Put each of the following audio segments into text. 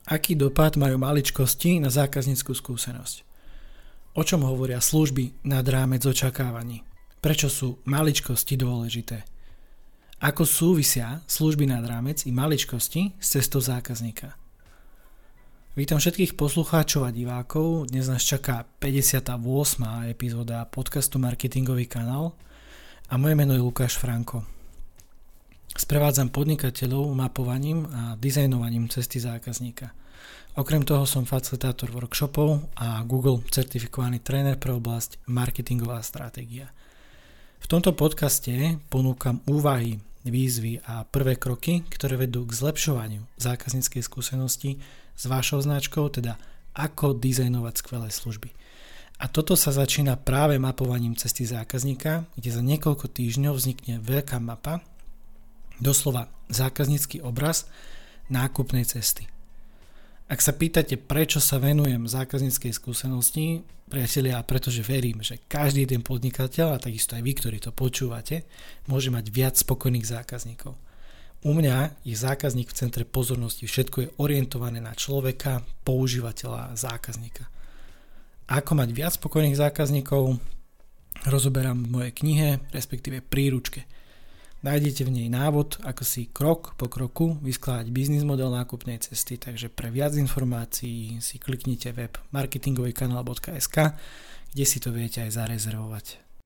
Aký dopad majú maličkosti na zákaznícku skúsenosť? O čom hovoria služby nad rámec očakávaní? Prečo sú maličkosti dôležité? Ako súvisia služby nad rámec i maličkosti s cestou zákazníka? Vítam všetkých poslucháčov a divákov. Dnes nás čaká 58. epizóda podcastu Marketingový kanál a moje meno je Lukáš Franko. Sprevádzam podnikateľov mapovaním a dizajnovaním cesty zákazníka. Okrem toho som facilitátor workshopov a Google certifikovaný tréner pre oblasť marketingová stratégia. V tomto podcaste ponúkam úvahy, výzvy a prvé kroky, ktoré vedú k zlepšovaniu zákazníckej skúsenosti s vašou značkou, teda ako dizajnovať skvelé služby. A toto sa začína práve mapovaním cesty zákazníka, kde za niekoľko týždňov vznikne veľká mapa, doslova zákaznícky obraz nákupnej cesty. Ak sa pýtate, prečo sa venujem zákazníckej skúsenosti, priatelia, pretože verím, že každý jeden podnikateľ, a takisto aj vy, ktorí to počúvate, môže mať viac spokojných zákazníkov. U mňa je zákazník v centre pozornosti, všetko je orientované na človeka, používateľa, zákazníka. Ako mať viac spokojných zákazníkov, rozoberám v mojej knihe, respektíve príručke. Nájdete v nej návod, ako si krok po kroku vyskladať biznis model nákupnej cesty, takže pre viac informácií si kliknite web marketingovýkanál.sk, kde si to viete aj zarezervovať.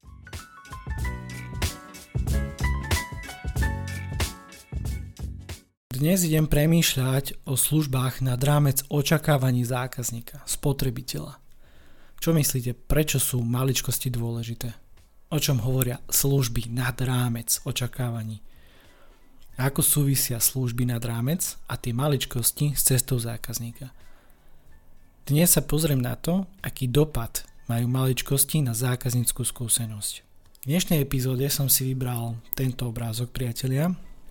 Dnes idem premýšľať o službách nad rámec očakávaní zákazníka, spotrebiteľa. Čo myslíte, prečo sú maličkosti dôležité? O čom hovoria služby nad rámec očakávaní? A ako súvisia služby nad rámec a tie maličkosti s cestou zákazníka? Dnes sa pozriem na to, aký dopad majú maličkosti na zákaznícku skúsenosť. V dnešnej epizóde som si vybral tento obrázok, priatelia.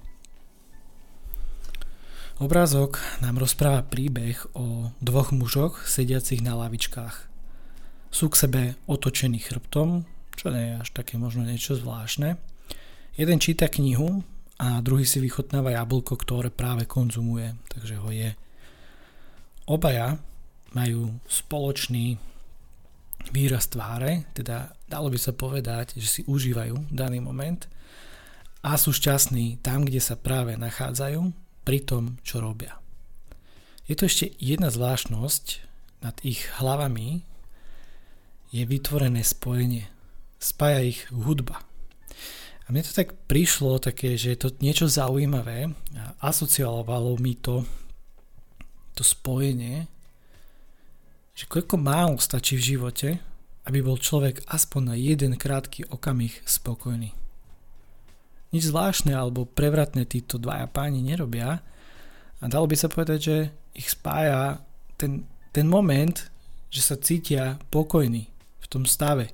Obrázok nám rozpráva príbeh o dvoch mužoch sediacich na lavičkách. Sú k sebe otočení chrbtom, čo nie je až také možno niečo zvláštne. Jeden číta knihu a druhý si vychutnáva jablko, ktoré práve konzumuje, takže ho je. Obaja majú spoločný výraz tváre, teda dalo by sa povedať, že si užívajú daný moment a sú šťastní tam, kde sa práve nachádzajú, pri tom, čo robia. Je to ešte jedna zvláštnosť, nad ich hlavami je vytvorené spojenie. Spája ich hudba. A mne to tak prišlo také, že je to niečo zaujímavé a asociovalo mi to spojenie, že koľko málo stačí v živote, aby bol človek aspoň na jeden krátky okamih spokojný. Nič zvláštne alebo prevratné títo dvaja páni nerobia a dalo by sa povedať, že ich spája ten moment, že sa cítia pokojní v tom stave.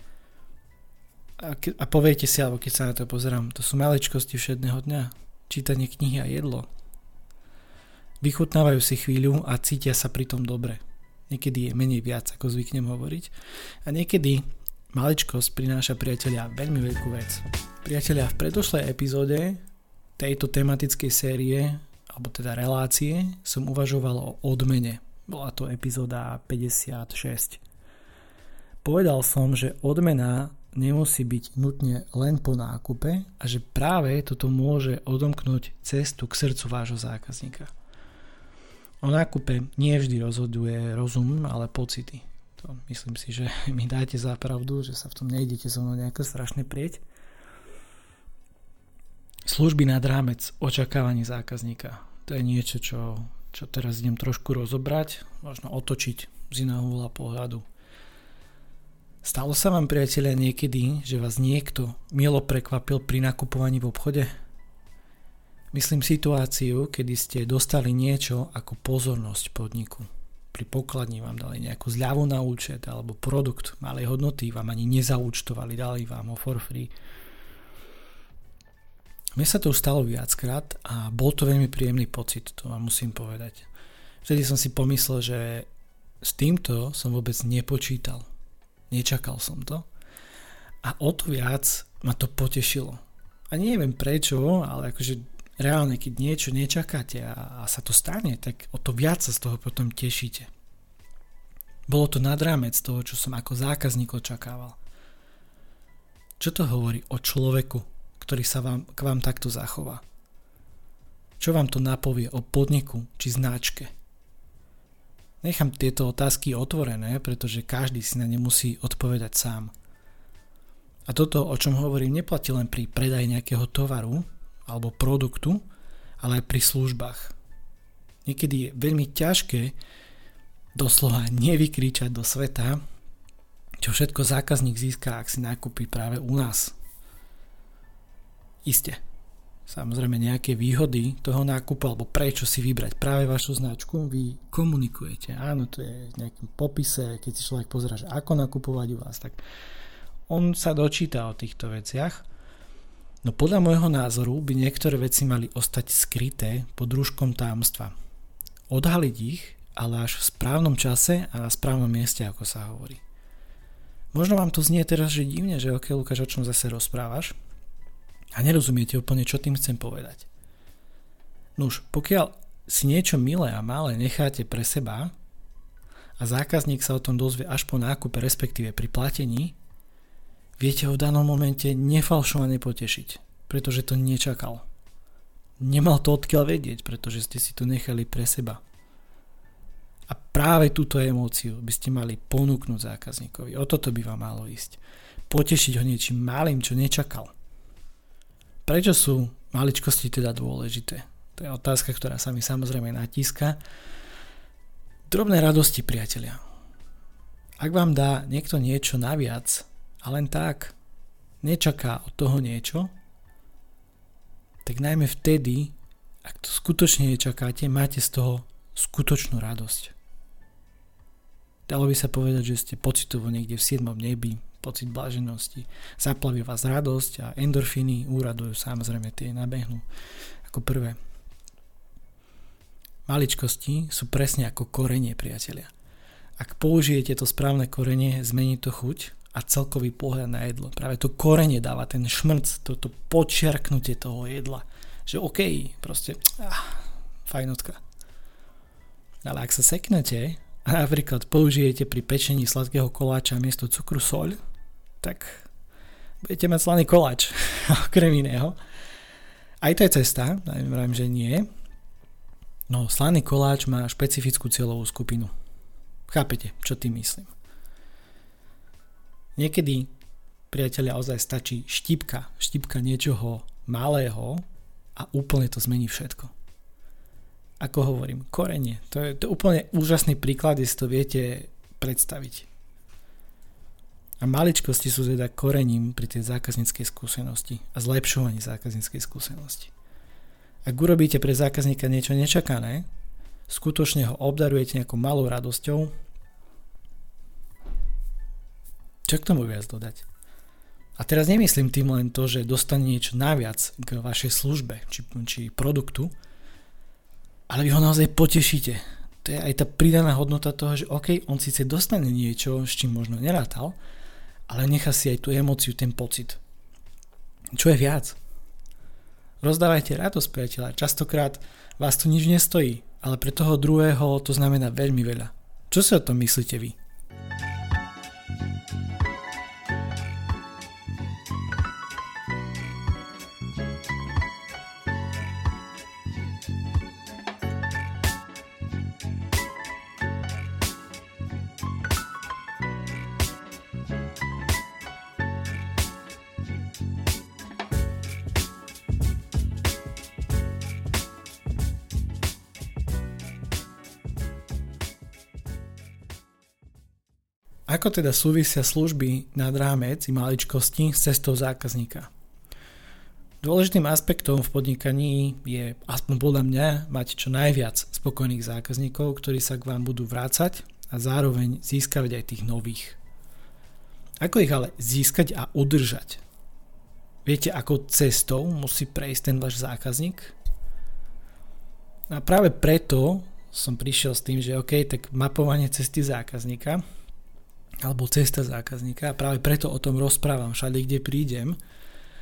A poviete si, alebo keď sa na to pozerám, to sú maličkosti všedného dňa. Čítanie knihy a jedlo. Vychutnávajú si chvíľu a cítia sa pri tom dobre. Niekedy je menej viac, ako zvyknem hovoriť. A niekedy maličkosť prináša, priatelia, veľmi veľkú vec. Priatelia, v predošlej epizóde tejto tematickej série, alebo teda relácie, som uvažoval o odmene. Bola to epizóda 56. Povedal som, že odmena nemusí byť nutne len po nákupe a že práve toto môže odomknúť cestu k srdcu vášho zákazníka. O nákupe nie vždy rozhoduje rozum, ale pocity. To myslím si, že mi dáte za pravdu, že sa v tom nejdete so mnou nejako strašne prieť. Služby nad rámec očakávaní zákazníka. To je niečo, čo teraz idem trošku rozobrať, možno otočiť z iného uhla pohľadu. Stalo sa vám, priatelia, niekedy, že vás niekto milo prekvapil pri nakupovaní v obchode? Myslím situáciu, kedy ste dostali niečo ako pozornosť podniku. Pri pokladni vám dali nejakú zľavu na účet alebo produkt malej hodnoty vám ani nezaúčtovali, dali vám ho for free. Mne sa to už stalo viackrát a bol to veľmi príjemný pocit, to vám musím povedať. Vtedy som si pomyslel, že s týmto som vôbec nepočítal. Nečakal som to. A o to viac ma to potešilo. A neviem prečo, ale akože reálne, keď niečo nečakáte a sa to stane, tak o to viac sa z toho potom tešíte. Bolo to nad rámec toho, čo som ako zákazník očakával. Čo to hovorí o človeku, ktorý sa k vám takto zachová? Čo vám to napovie o podniku či značke? Nechám tieto otázky otvorené, pretože každý si na ne musí odpovedať sám. A toto, o čom hovorím, neplatí len pri predaji nejakého tovaru alebo produktu, ale aj pri službách. Niekedy je veľmi ťažké doslova nevykričať do sveta, čo všetko zákazník získa, ak si nakúpi práve u nás. Isté. Samozrejme nejaké výhody toho nákupu alebo prečo si vybrať práve vašu značku vy komunikujete. Áno, to je v nejakom popise, keď si človek pozerá, že ako nakupovať u vás, tak on sa dočíta o týchto veciach. No podľa môjho názoru by niektoré veci mali ostať skryté pod rúškom tajomstva. Odhaliť ich, ale až v správnom čase a na správnom mieste, ako sa hovorí. Možno vám to znie teraz, že divne, že ok, Lukáš, o čom zase rozprávaš a nerozumiete úplne, čo tým chcem povedať. Nuž, pokiaľ si niečo milé a malé necháte pre seba a zákazník sa o tom dozvie až po nákupe, respektíve pri platení, viete ho v danom momente nefalšovane potešiť, pretože to nečakal. Nemal to odkiaľ vedieť, pretože ste si to nechali pre seba. A práve túto emóciu by ste mali ponúknuť zákazníkovi. O toto by vám malo ísť. Potešiť ho niečím malým, čo nečakal. Prečo sú maličkosti teda dôležité? To je otázka, ktorá sa mi samozrejme natíska. Drobné radosti, priatelia. Ak vám dá niekto niečo naviac, a len tak nečaká od toho niečo, tak najmä vtedy, ak to skutočne nečakáte, máte z toho skutočnú radosť. Dalo by sa povedať, že ste pocitovo niekde v 7. nebi, pocit bláženosti, zaplaví vás radosť a endorfíny úradujú, samozrejme tie nabehnú ako prvé. Maličkosti sú presne ako korenie, priatelia. Ak použijete to správne korenie, zmení to chuť a celkový pohľad na jedlo. Práve to korenie dáva ten šmrc, toto podčiarknutie toho jedla. Že OK, proste fajnotka. Ale ak sa seknete a napríklad použijete pri pečení sladkého koláča miesto cukru soľ, tak budete mať slaný koláč, okrem iného. Aj to je cesta, neviem, že nie. No, slaný koláč má špecifickú cieľovú skupinu. Chápete, čo tým myslím? Niekedy, priatelia, ozaj stačí štipka niečoho malého a úplne to zmení všetko. Ako hovorím, korenie. To je úplne úžasný príklad, kde si to viete predstaviť. A maličkosti sú teda korením pri tej zákazníckej skúsenosti a zlepšovaní zákazníckej skúsenosti. Ak urobíte pre zákazníka niečo nečakané, skutočne ho obdarujete nejakou malou radosťou, čo k tomu viac dodať? A teraz nemyslím tým len to, že dostane niečo naviac k vašej službe či produktu, ale vy ho naozaj potešíte. To je aj tá pridaná hodnota toho, že OK, on síce dostane niečo, s čím možno nerátal, ale nechá si aj tú emóciu, ten pocit. Čo je viac? Rozdávajte radosť, priateľa. Častokrát vás to nič nestojí, ale pre toho druhého to znamená veľmi veľa. Čo si o tom myslíte vy? Ako teda súvisia služby nad rámec i maličkosti s cestou zákazníka? Dôležitým aspektom v podnikaní je, aspoň podľa mňa, mať čo najviac spokojných zákazníkov, ktorí sa k vám budú vrácať a zároveň získavať aj tých nových. Ako ich ale získať a udržať? Viete, ako cestou musí prejsť ten váš zákazník? A práve preto som prišiel s tým, že OK, tak mapovanie cesty zákazníka alebo cesta zákazníka, a práve preto o tom rozprávam všade, kde prídem.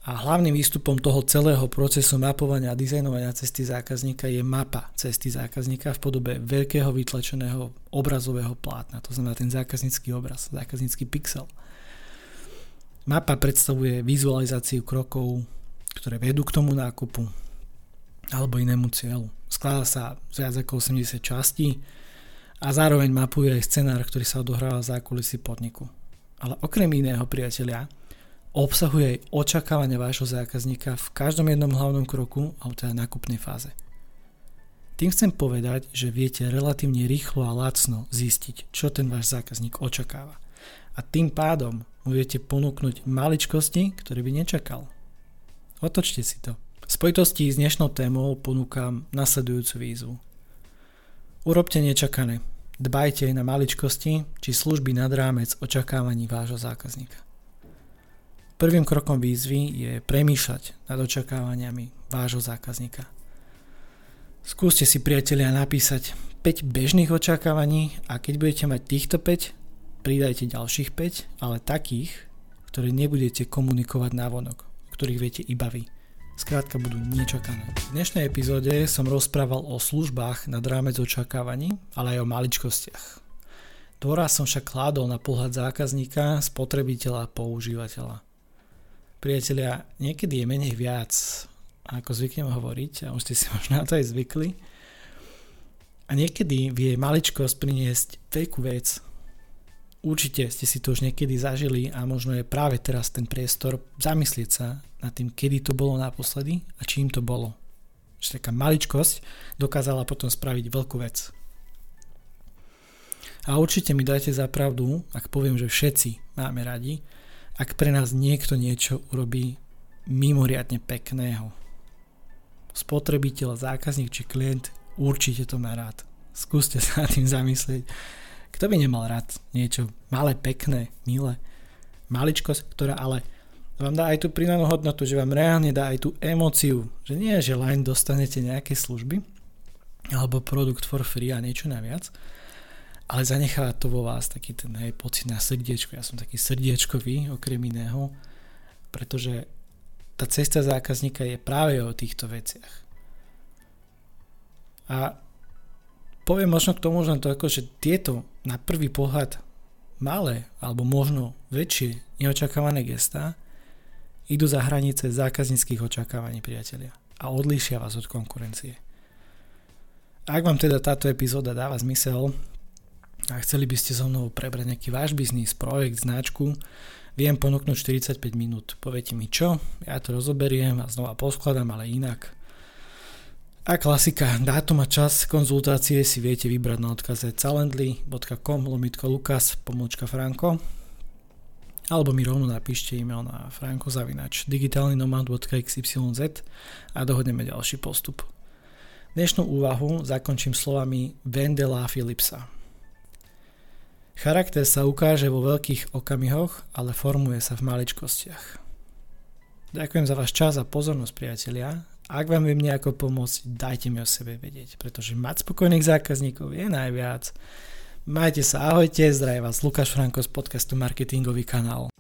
A hlavným výstupom toho celého procesu mapovania a dizajnovania cesty zákazníka je mapa cesty zákazníka v podobe veľkého vytlačeného obrazového plátna. To znamená ten zákaznícky obraz, zákaznícky pixel. Mapa predstavuje vizualizáciu krokov, ktoré vedú k tomu nákupu alebo inému cieľu. Skladá sa z viac ako 80 častí a zároveň mapuje aj scenár, ktorý sa odohráva v zákulisí podniku. Ale okrem iného, priatelia, obsahuje aj očakávania vášho zákazníka v každom jednom hlavnom kroku, alebo teda nákupnej fáze. Tým chcem povedať, že viete relatívne rýchlo a lacno zistiť, čo ten váš zákazník očakáva. A tým pádom mu viete ponúknuť maličkosti, ktoré by nečakal. Otočte si to. V spojitosti s dnešnou témou ponúkam nasledujúcu výzvu. Urobte nečakané. Dbajte na maličkosti či služby nad rámec očakávaní vášho zákazníka. Prvým krokom výzvy je premýšľať nad očakávaniami vášho zákazníka. Skúste si, priatelia, napísať 5 bežných očakávaní a keď budete mať týchto 5, pridajte ďalších 5, ale takých, ktoré nebudete komunikovať navonok, ktorých viete iba vy. Skrátka budú nečakané. V dnešnej epizóde som rozprával o službách nad rámec očakávaní, ale aj o maličkostiach. Dôraz som však kládol na pohľad zákazníka, spotrebiteľa a používateľa. Priatelia, niekedy je menej viac, ako zvyknem hovoriť, a už ste si možno na to aj zvykli. A niekedy vie maličkosť priniesť veľkú vec. Určite ste si to už niekedy zažili a možno je práve teraz ten priestor zamyslieť sa nad tým, kedy to bolo naposledy a čím to bolo. Že taká maličkosť dokázala potom spraviť veľkú vec. A určite mi dajte za pravdu, ak poviem, že všetci máme radi, ak pre nás niekto niečo urobí mimoriadne pekného. Spotrebiteľ, zákazník či klient určite to má rád. Skúste sa nad tým zamyslieť. Kto by nemal rád niečo malé, pekné, milé, maličkosť, ktorá ale vám dá aj tú pridanú hodnotu, že vám reálne dá aj tú emóciu, že nie je, že len dostanete nejaké služby alebo produkt for free a niečo naviac, ale zanecháva to vo vás taký ten pocit na srdiečko. Ja som taký srdiečkový okrem iného, pretože tá cesta zákazníka je práve o týchto veciach. A poviem možno k tomu, že tieto na prvý pohľad malé alebo možno väčšie neočakávané gestá idú za hranice zákazníckych očakávaní, priatelia, a odlíšia vás od konkurencie. Ak vám teda táto epizóda dáva zmysel a chceli by ste so mnou prebrať nejaký váš biznis, projekt, značku, viem ponúknuť 45 minút. Poviete mi čo, ja to rozoberiem a znova poskladám, ale inak. A klasika, dátum a čas konzultácie si viete vybrať na odkaze calendly.com/Lukas_Franko alebo mi rovno napíšte e-mail na franko@digitálnynomad.xyz a dohodneme ďalší postup. Dnešnú úvahu zakončím slovami Wendella Phillipsa. Charakter sa ukáže vo veľkých okamihoch, ale formuje sa v maličkostiach. Ďakujem za váš čas a pozornosť, priatelia. Ak vám viem nejako pomôcť, dajte mi o sebe vedieť, pretože mať spokojných zákazníkov je najviac. Majte sa, ahojte, zdraví vás Lukáš Franko z podcastu Marketingový kanál.